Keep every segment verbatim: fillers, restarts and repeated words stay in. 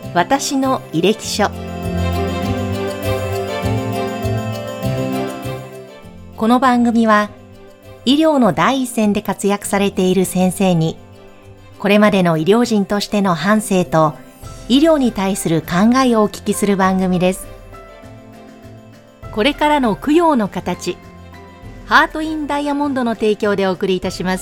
私の履歴書。この番組は医療の第一線で活躍されている先生にこれまでの医療人としての半生と医療に対する考えをお聞きする番組です。これからの供養の形、ハートインダイヤモンドの提供でお送りいたします。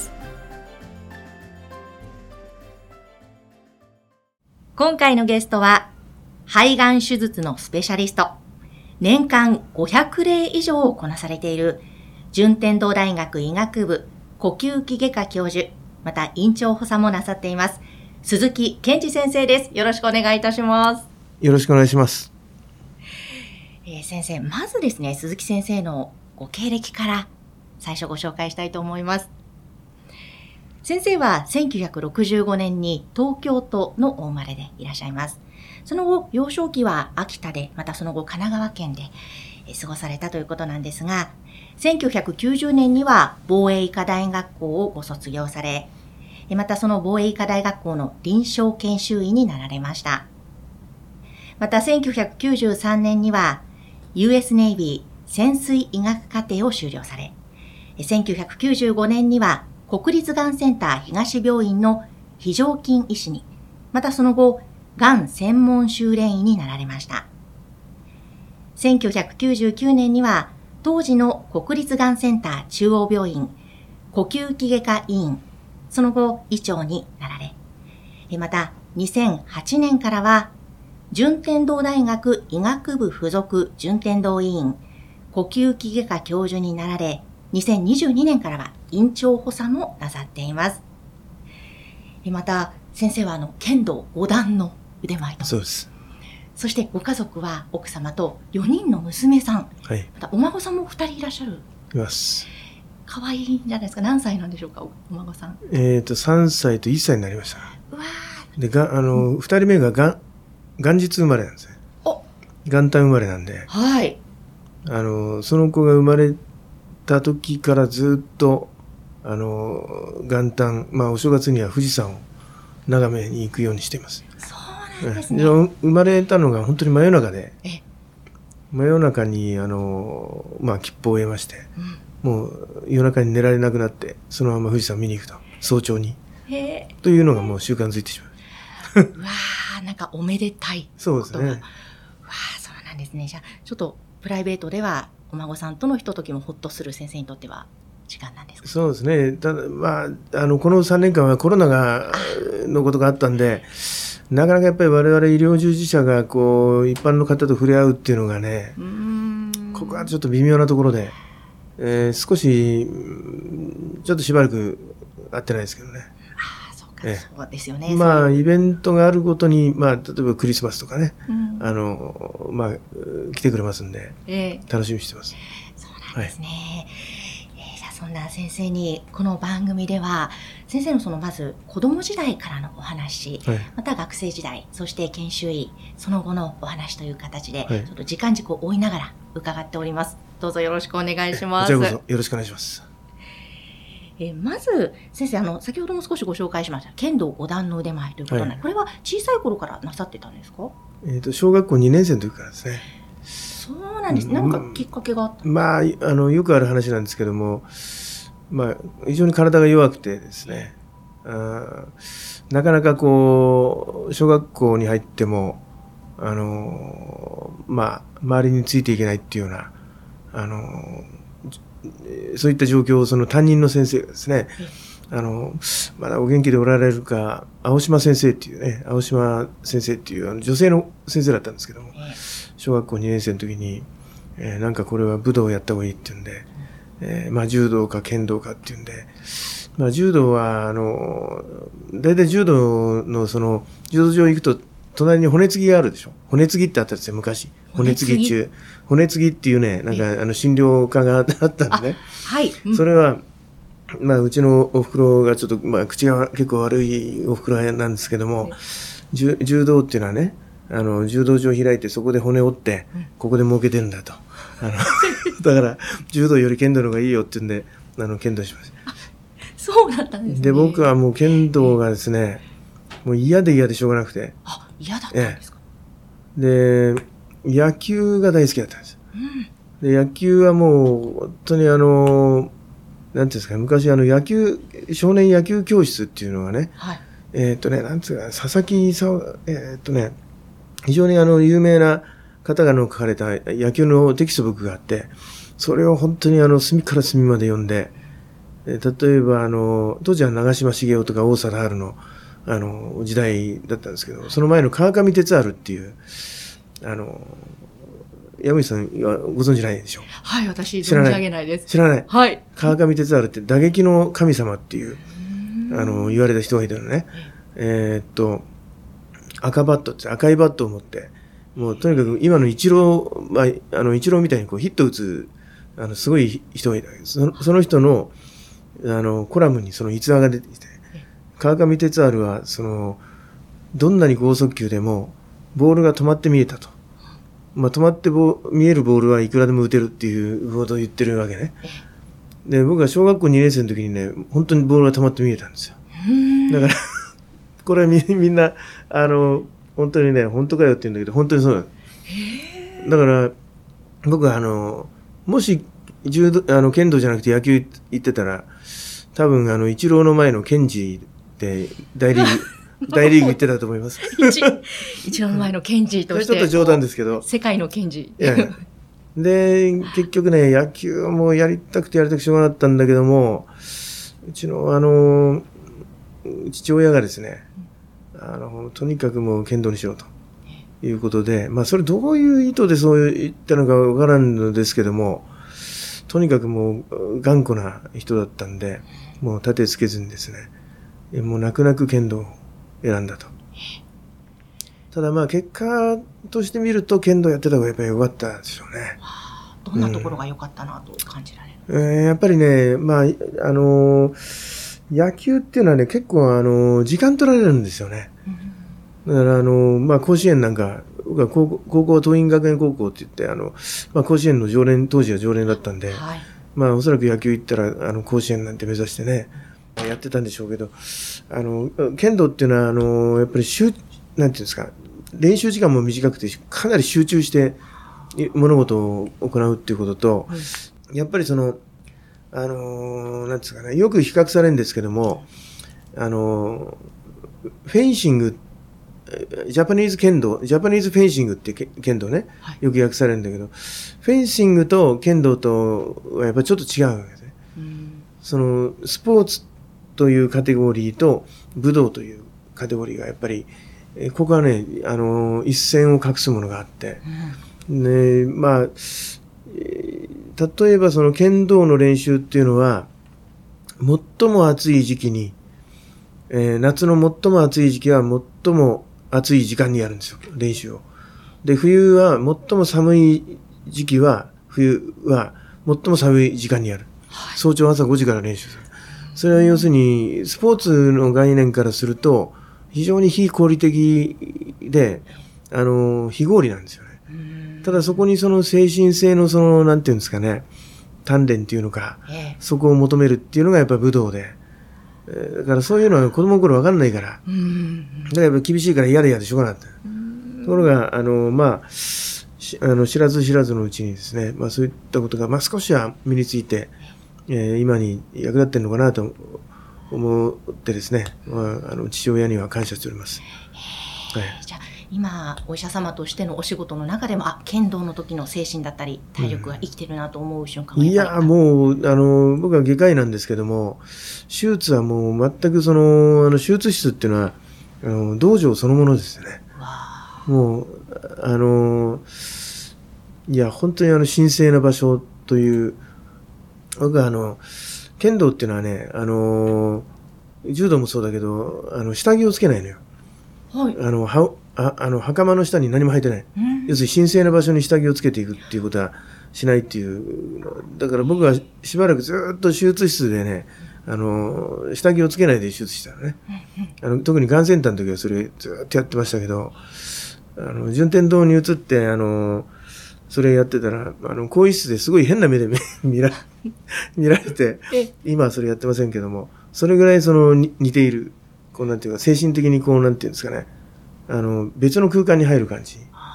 今回のゲストは肺がん手術のスペシャリスト、年間ごひゃくれい以上をこなされている順天堂大学医学部呼吸器外科教授、また院長補佐もなさっています鈴木健二先生です。よろしくお願いいたします。 よろしくお願いします。 えー、先生、まずですね、鈴木先生のご経歴から最初ご紹介したいと思います。先生はせんきゅうひゃくろくじゅうごねんに東京都のお生まれでいらっしゃいます。その後、幼少期は秋田で、またその後神奈川県で過ごされたということなんですが、せんきゅうひゃくきゅうじゅうねんには防衛医科大学校をご卒業され、またその防衛医科大学校の臨床研修医になられました。またせんきゅうひゃくきゅうじゅうさんねんには ユーエス ネイビー潜水医学課程を修了され、せんきゅうひゃくきゅうじゅうごねんには国立がんセンター東病院の非常勤医師に、またその後、がん専門修練医になられました。せんきゅうひゃくきゅうじゅうきゅうねんには、当時の国立がんセンター中央病院呼吸器外科医院、その後医長になられ、またにせんはちねんからは、順天堂大学医学部附属順天堂医院呼吸器外科教授になられ、にせんにじゅうにねんからは院長補佐もなさっています。また先生はあの剣道ご段の腕前と。 そうです。 そしてご家族は奥様とよにんの娘さん、 はい、 またお孫さんもふたりいらっしゃる。 います。 可愛いんじゃないですか。何歳なんでしょうか、お孫さん。 えっとさんさいといっさいになりました。 うわでがあの、うん、ふたりめががん元日生まれなんですね。 お元旦生まれなんで、 はい、 あのその子が生まれた時からずっとあの元旦、まあお正月には富士山を眺めに行くようにしています。 そうなんですね。 生まれたのが本当に真夜中で、え真夜中にあの、まあ、吉報を得まして、うん、もう夜中に寝られなくなってそのまま富士山見に行くと、早朝にへというのがもう習慣づいてしまう。 うわー、なんかおめでたい。 そうですね。うわー、 そうなんですね。じゃあちょっとプライベートではお孫さんとのひとときもほっとする先生にとっては時間なんですか。 そうですね。ただ、まあ、あのこのさんねんかんはコロナがのことがあったんで、なかなかやっぱり我々医療従事者がこう一般の方と触れ合うっていうのがね、うーん、ここはちょっと微妙なところで、えー、少しちょっとしばらく会ってないですけどね。 ああ、そうか、そうですよね。 まあイベントがあるごとに、まあ例えばクリスマスとかね、うん、あのまあ来てくれますんで、えー、楽しみにしてます。 そうなんですね。はい、えー、じゃあそんな先生にこの番組では先生のそのまず子供時代からのお話、はい、また学生時代、そして研修医、その後のお話という形で、はい、ちょっと時間軸を追いながら伺っております。どうぞよろしくお願いします。 こちらこそよろしくお願いします。 えー、まず先生、あの先ほども少しご紹介しました剣道ご段の腕前ということなので、はい、これは小さい頃からなさってたんですか。 えーと、小学校にねん生の時からですね。 そうなんです。なんかきっかけがあった、 うん、まあ、あのよくある話なんですけども、まあ、非常に体が弱くてですね、あなかなかこう小学校に入ってもあの、まあ、周りについていけないっていうようなあのそういった状況をその担任の先生がですね、あのまだお元気でおられるか、青島先生っていうね、青島先生っていうあの女性の先生だったんですけども、小学校にねん生の時に、えー、なんかこれは武道をやった方がいいっていうんで、えー、まあ柔道か剣道かっていうんで、まあ柔道はあの大体柔道のその柔道場行くと隣に骨継ぎがあるでしょ。骨継ぎってあったんですよ、昔。骨継ぎ中骨継ぎっていうね、なんかあの診療科があったんでね、 はい、 うん、それはまあうちのお袋がちょっと、まあ、口が結構悪いお袋なんですけども、柔道っていうのはね、あの柔道場開いてそこで骨折ってここで儲けてるんだと、あのだから柔道より剣道の方がいいよって言うんで、あの剣道します。 そうだったんですね。 で僕はもう剣道がですね、もう嫌で嫌でしょうがなくて。 あ、嫌だったんですか。ええ、 で、野球が大好きだったんです。 うん、 で、野球はもう、本当にあの、なんていうんですか、昔あの、野球、少年野球教室っていうのがね、 はい、 えっとね、なんつうか、佐々木さん、えっとね、非常にあの、有名な方がの書かれた野球のテキストブックがあって、それを本当にあの、隅から隅まで読んで、え例えばあの、当時は長嶋茂雄とか王貞治の、あの、時代だったんですけど、その前の川上哲治っていう、あの、山口さんはご存知ないでしょう。 はい、私、存じ上げないです。 知らない。 はい。 川上哲治って打撃の神様っていう、あの、言われた人がいたのね。えー、っと、赤バットって赤いバットを持って、もうとにかく今のイチロー、まあ、あの、イチローみたいにこうヒット打つ、あの、すごい人がいたわけです。その、その人の、あの、コラムにその逸話が出てきて、川上哲治は、その、どんなに剛速球でも、ボールが止まって見えたと。まあ、止まってボ見えるボールはいくらでも打てるっていうことを言ってるわけね。で、僕は小学校にねん生の時にね、本当にボールが止まって見えたんですよ。だから、これは み, みんな、あの、本当にね、本当かよって言うんだけど、本当にそうなの。だから、僕はあの、もし、柔道、あの、剣道じゃなくて野球行ってたら、多分あの、イチローの前のケンジで大リーグ、大リーグ行ってたと思います。 一郎の前のケンジとして。 ちょっと冗談ですけど。 世界のケンジ。 で、結局ね、野球もやりたくてやりたくしょうがなかったんだけども、うちのあの、父親がですね、あの、とにかくもう剣道にしろということで、まあそれどういう意図でそう言ったのかわからんのですけども、とにかくもう頑固な人だったんで、もう立てつけずにですね、もう泣く泣く剣道を選んだと。ただまあ結果として見ると剣道やってた方がやっぱり良かったでしょうね。 どんなところが良かったなと感じられる、 うんえー、やっぱりね、まあ、あのー、野球っていうのはね、結構あのー、時間取られるんですよね。だからあのー、まあ甲子園なんか、僕は高校、高校桐蔭学園高校って言って、あの、まあ甲子園の常連、当時は常連だったんで、はい、まあおそらく野球行ったら、あの、甲子園なんて目指してね、やってたんでしょうけど、あの、剣道っていうのは、あの、やっぱり集、なんていうんですか、練習時間も短くて、かなり集中して物事を行うっていうことと、はい、やっぱりその、あの、なんですかね、よく比較されるんですけども、あの、フェンシング、ジャパニーズ剣道、ジャパニーズフェンシングって剣道ね、はい、よく訳されるんだけど、フェンシングと剣道とはやっぱりちょっと違うわけですね。うん、その、スポーツというカテゴリーと武道というカテゴリーがやっぱり、ここはね、あの、一線を画すものがあって、うん、ね、まあ、例えばその剣道の練習っていうのは、最も暑い時期に、えー、夏の最も暑い時期は最も暑い時間にやるんですよ、練習を。で、冬は最も寒い時期は、冬は最も寒い時間にやる。はい、早朝朝ごじから練習する。それは要するに、スポーツの概念からすると、非常に非効率的で、あの、非合理なんですよね。ただそこにその精神性のその、なんていうんですかね、鍛錬っていうのか、ええ、そこを求めるっていうのがやっぱり武道で、だからそういうのは子供の頃分かんないから、うん、だからやっぱ厳しいから嫌で嫌でしょうがなかった。ところが、あの、まあ、あの知らず知らずのうちにですね、まあそういったことが、まあ少しは身について、えー、今に役立ってるのかなと思ってですね、まあ、あの父親には感謝しております。 はい、じゃあ今お医者様としてのお仕事の中でも、あ、剣道の時の精神だったり体力が生きてるなと思う瞬間は、うん、 いやもうあの僕は外科医なんですけども、手術はもう全くそのあの手術室っていうのはあの道場そのものですね。もうあのいや本当にあの神聖な場所という、僕はあの剣道っていうのはね、あの柔道もそうだけど、あの下着をつけないのよ。はい、あのはああの袴の下に何も履いてない、うん、要するに神聖な場所に下着をつけていくっていうことはしないっていう。だから僕はしばらくずっと手術室でね、あの下着をつけないで手術したのね。あの特にがんセンターの時はそれずっとやってましたけど、あの順天堂に移ってあのそれやってたら、あの更衣室ですごい変な目で見ら見られて、今はそれやってませんけども、それぐらいその似ている、こうなんていうか精神的にこうなんていうんですかね、あの別の空間に入る感じ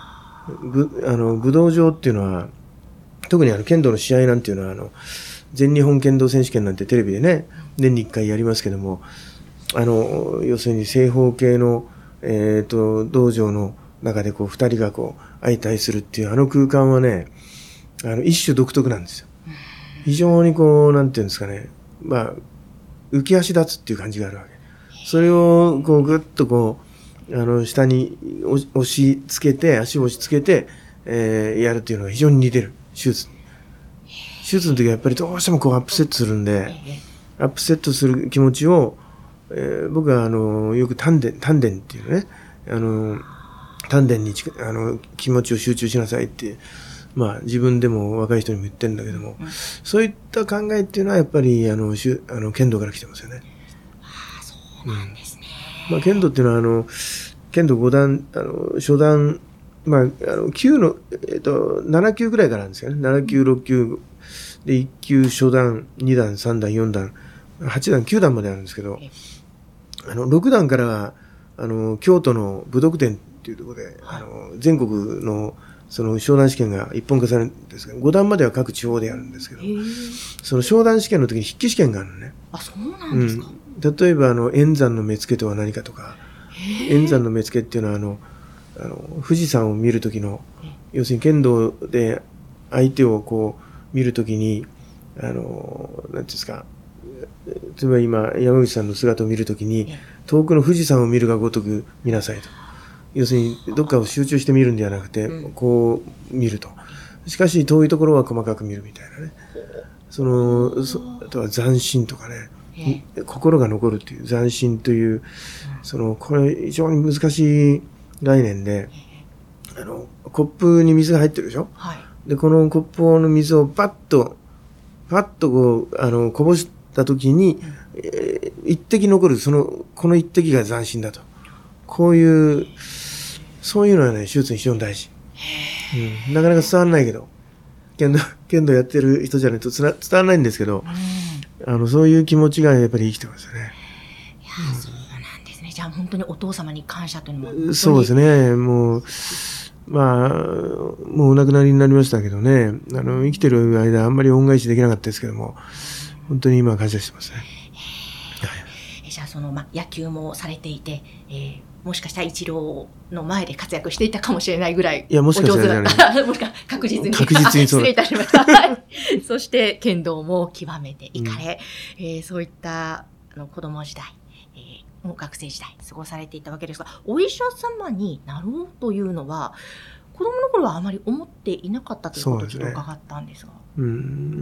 ぶあの武道場っていうのは、特にあの剣道の試合なんていうのはあの全日本剣道選手権なんてテレビでね年にいっかいやりますけども、あの要するに正方形の、えー、と道場の中でこうふたりがこう相対するっていうあの空間はね、あの一種独特なんですよ。非常にこうなんていうんですかね、まあ浮き足立つっていう感じがあるわけ。それをこうぐっとこうあの下に押し付けて、足を押し付けて、えー、やるっていうのが非常に似てる。手術手術の時はやっぱりどうしてもこうアップセットするんで、アップセットする気持ちを、えー、僕はあのよく丹田丹田っていうね、あの丹田にあの気持ちを集中しなさいって、まあ自分でも若い人にも言ってるんだけども、うん、そういった考えっていうのはやっぱりあのしゅあの剣道から来てますよね。 ああ、そうなんですね。 うん、まあ剣道っていうのはあの剣道ご段、あの初段、まああのきゅうのえっとなな級ぐらいからなんですよね。なな級ろっ級でいっ級初段、に段、さん段、よん段、はち段、きゅう段まであるんですけど、あのろく段からはあの京都の武徳殿っていうところで、はい、あの全国のその商談試験が一本化されるんですけど、ご段までは各地方でやるんですけど、その商談試験の時に筆記試験があるのね。 あ、そうなんですか。 うん、例えばあの円山の目付とは何かとか、円山の目付っていうのはあのあの富士山を見る時の、要するに剣道で相手をこう見る時に、あのなんていうんですか、例えば今山口さんの姿を見る時に遠くの富士山を見るがごとく見なさいと。要するにどっかを集中して見るんではなくて、うん、こう見ると。しかし遠いところは細かく見るみたいなね。そのそあとは斬新とかね、心が残るという斬新という、そのこれ非常に難しい概念で、あのコップに水が入ってるでしょ。はい、でこのコップの水をパッとパッとこうあのこぼした時に、うん、えー、一滴残る、そのこの一滴が斬新だと。こういうそういうのはね、手術に非常に大事。うん、なかなか伝わらないけど、剣道、剣道やってる人じゃないと伝わらないんですけど、うん、あの、そういう気持ちがやっぱり生きてますよね。 いや、うん、そうなんですね。じゃあ本当にお父様に感謝というのも。 そうですね。もう、まあ、もうお亡くなりになりましたけどね、あの、生きてる間あんまり恩返しできなかったですけども、本当に今は感謝してますね。 えじゃあその、ま、野球もされていて、えーもしかしたら一郎の前で活躍していたかもしれないぐらいいやもしかしたら、ね、 もしか確実に確実にそう失礼いたしましたそして剣道も極めていかれ、うん、えー、そういったあの子供時代、えー、もう学生時代過ごされていたわけですが、お医者様になろうというのは子供の頃はあまり思っていなかったということをちょっと伺ったんですが。 うん、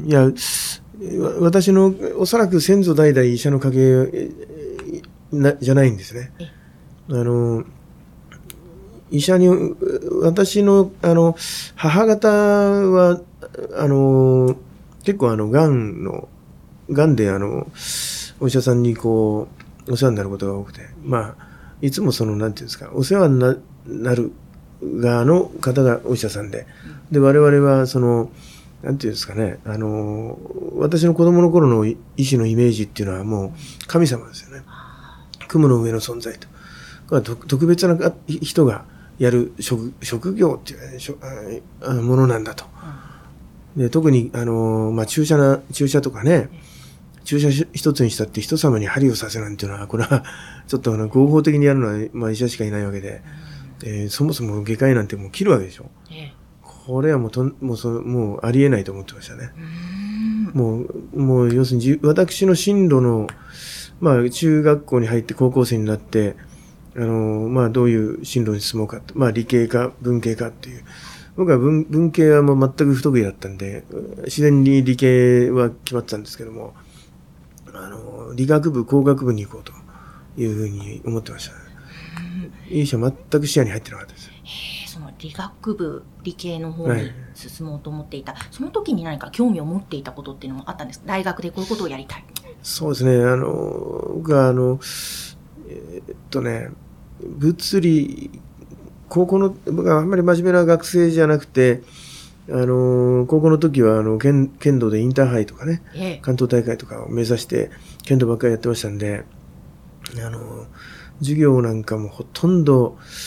いや私のおそらく先祖代々医者の家系なじゃないんですね。あの医者に私のあの母方はあの結構あのがんのがんであのお医者さんにこうお世話になることが多くて、まあいつもそのなんていうんですか、お世話にな、なる側の方がお医者さんで、で我々はそのなんていうんですかね、あの私の子供の頃の医師のイメージっていうのはもう神様ですよね。雲の上の存在と。特別な人がやる 職, 職業っていうものなんだと。で特にあの、まあ、注射な注射とかね、注射一つにしたって人様に針を刺せなんていうのはこれはちょっとあの合法的にやるのは、まあ、医者しかいないわけで、えー、そもそも外科医なんてもう切るわけでしょ。これはもうともうそもうありえないと思ってましたね。もうもう要するに私の進路のまあ中学校に入って高校生になってあのまあどういう進路に進もうかと、まあ理系か文系かっていう、僕は 文, 文系はもう全く不得意だったんで自然に理系は決まってたんですけども、あの理学部工学部に行こうというふうに思ってましたね。医者全く視野に入ってなかったです。 へえ、その理学部理系の方に進もうと思っていた、はい、その時に何か興味を持っていたことっていうのもあったんですか？大学でこういうことをやりたい。 そうですね、あの僕はあのえー、っとね物理高校の僕はあんまり真面目な学生じゃなくて、あの高校の時はあの 剣, 剣道でインターハイとかね、ええ、関東大会とかを目指して剣道ばっかりやってましたんで、あの授業なんかもほとんど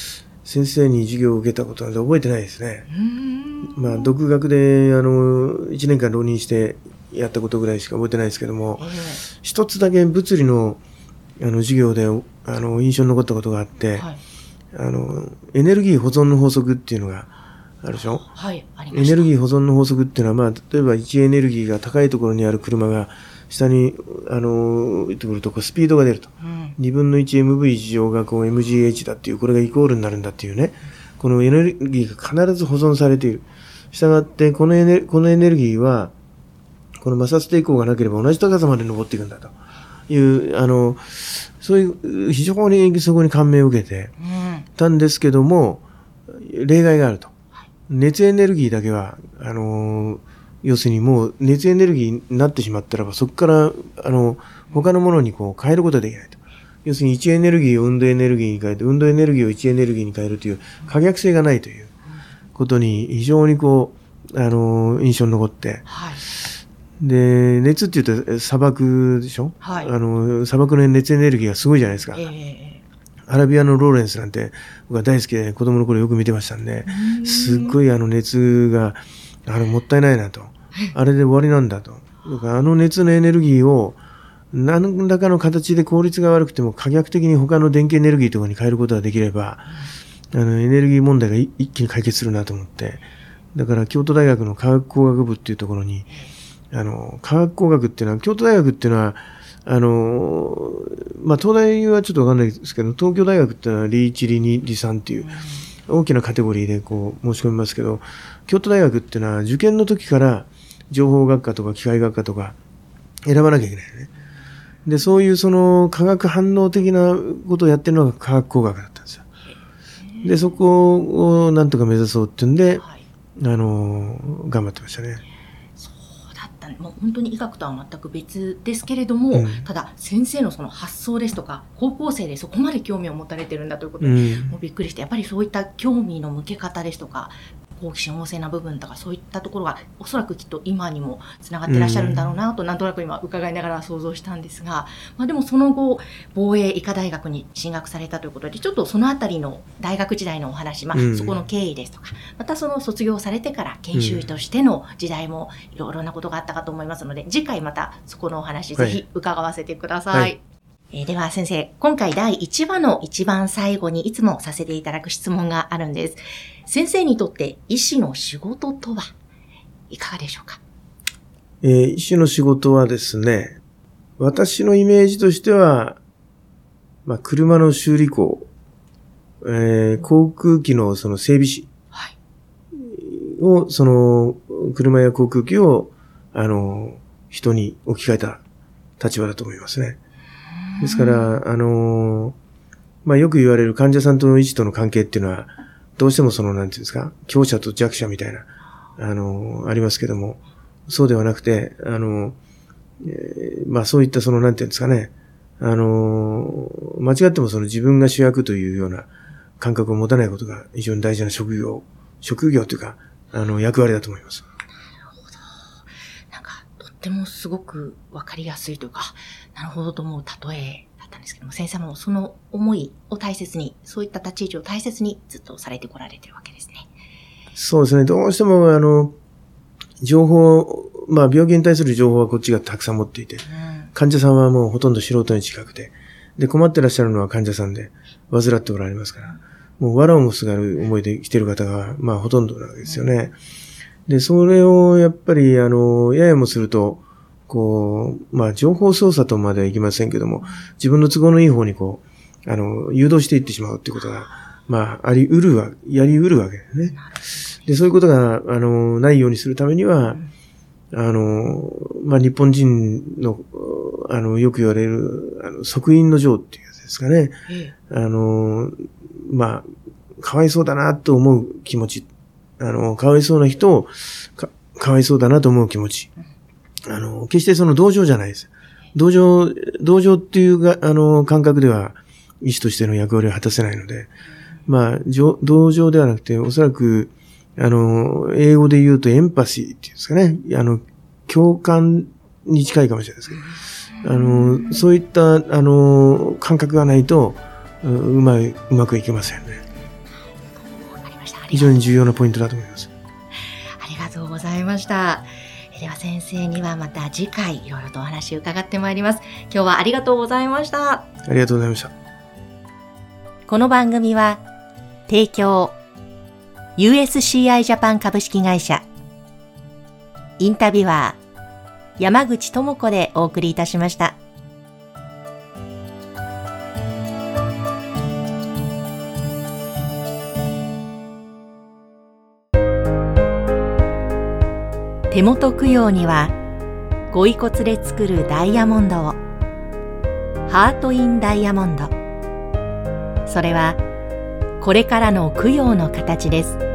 先生に授業を受けたことなんて覚えてないですね。まあ、独学で、あの、いちねんかん浪人してやったことぐらいしか覚えてないですけども、えー、一つだけ物理の、あの、授業で、あの、印象に残ったことがあって、はい、あの、エネルギー保存の法則っていうのがあるでしょ？ はい、ありました。 エネルギー保存の法則っていうのは、まあ、例えば位置エネルギーが高いところにある車が、下に、あの、行ってくると、こう、スピードが出ると。うん、にぶんのいちエムブイ 以上が、こう、エムジーエイチ だっていう、これがイコールになるんだっていうね。このエネルギーが必ず保存されている。したがって、このエネ、このエネルギーは、この摩擦抵抗がなければ同じ高さまで登っていくんだという、あの、そういう、非常にそこに感銘を受けてたんですけども、例外があると。熱エネルギーだけは、あの、要するにもう熱エネルギーになってしまったらば、そこから、あの、他のものにこう変えることができないと。要するに位置エネルギーを運動エネルギーに変えて、運動エネルギーを位置エネルギーに変えるという可逆性がないということに非常にこう、あの、印象に残って、はい、で、熱って言うと砂漠でしょ？はい、あの、砂漠の熱エネルギーがすごいじゃないですか。えー、アラビアのローレンスなんて僕は大好きで子供の頃よく見てましたんで、すっごいあの熱が、あの、もったいないなと。あれで終わりなんだと。だからあの熱のエネルギーを何らかの形で効率が悪くても可逆的に他の電気エネルギーとかに変えることができれば、あの、エネルギー問題が一気に解決するなと思って。だから京都大学の科学工学部っていうところに、あの、科学工学っていうのは、京都大学っていうのは、あの、まあ、東大はちょっとわかんないですけど、東京大学っていうのはリいち、リに、リさんっていう大きなカテゴリーでこう申し込みますけど、京都大学っていうのは受験の時から情報学科とか機械学科とか選ばなきゃいけないよね。で、そういうその化学反応的なことをやってるのが化学工学だったんですよ。で、そこをなんとか目指そうっていうんで、はい、あの、頑張ってましたね。 そうだったね。もう本当に医学とは全く別ですけれども、うん、ただ先生のその発想ですとか、高校生でそこまで興味を持たれてるんだということに、うん、もうびっくりして、やっぱりそういった興味の向け方ですとか、好奇心旺盛な部分とかそういったところがおそらくきっと今にもつながっていらっしゃるんだろうなと、なんとなく今伺いながら想像したんですが、まあ、でもその後防衛医科大学に進学されたということで、ちょっとそのあたりの大学時代のお話、まあ、そこの経緯ですとか、またその卒業されてから研修医としての時代もいろいろなことがあったかと思いますので、次回またそこのお話ぜひ伺わせてください。はいはい、えー、では先生、今回だいいちわの一番最後にいつもさせていただく質問があるんです。先生にとって医師の仕事とはいかがでしょうか？ えー、医師の仕事はですね、私のイメージとしては、まあ、車の修理工、えー、航空機のその整備士を、その車や航空機を、あの、人に置き換えた立場だと思いますね。ですから、あの、まあ、よく言われる患者さんとの医師との関係っていうのは、どうしてもその、なんていうんですか、強者と弱者みたいな、あの、ありますけども、そうではなくて、あの、えー、まあ、そういったその、なんていうんですかね、あの、間違ってもその自分が主役というような感覚を持たないことが非常に大事な職業、職業というか、あの、役割だと思います。 なるほど。なんか、とってもすごくわかりやすいというか、なるほどと思う例えだったんですけども、先生もその思いを大切に、そういった立ち位置を大切にずっとされてこられてるわけですね。 そうですね。どうしても、あの、情報、まあ、病気に対する情報はこっちがたくさん持っていて、うん、患者さんはもうほとんど素人に近くて、で、困ってらっしゃるのは患者さんで、患っておられますから、もう藁をもすがる思いで来てる方が、まあ、ほとんどなわけですよね。うん、で、それをやっぱり、あの、ややもすると、こう、まあ、情報操作とまではいきませんけども、自分の都合のいい方にこう、あの、誘導していってしまうっていうことが、まあ、あり得るわ、やり得るわけですね。で、そういうことが、あの、ないようにするためには、あの、まあ、日本人の、あの、よく言われる、あの、側因の情っていうやつですかね。あの、まあ、かわいそうだなと思う気持ち。あの、かわいそうな人をか、かわいそうだなと思う気持ち。あの、決してその同情じゃないです。同情、同情っていうが、あの、感覚では、医師としての役割を果たせないので、まあ、同情ではなくて、おそらく、あの、英語で言うとエンパシーっていうんですかね。あの、共感に近いかもしれないですけど、あの、そういった、あの、感覚がないと、うまい、うまくいけませんね。 非常に重要なポイントだと思います。 ありがとうございました。では先生にはまた次回いろいろとお話を伺ってまいります。今日はありがとうございました。 ありがとうございました。 この番組は提供 ユーエスシーアイ ジャパン株式会社、インタビュアー山口智子でお送りいたしました。手元供養にはご遺骨で作るダイヤモンドを、ハート・イン・ダイヤモンド。それはこれからの供養の形です。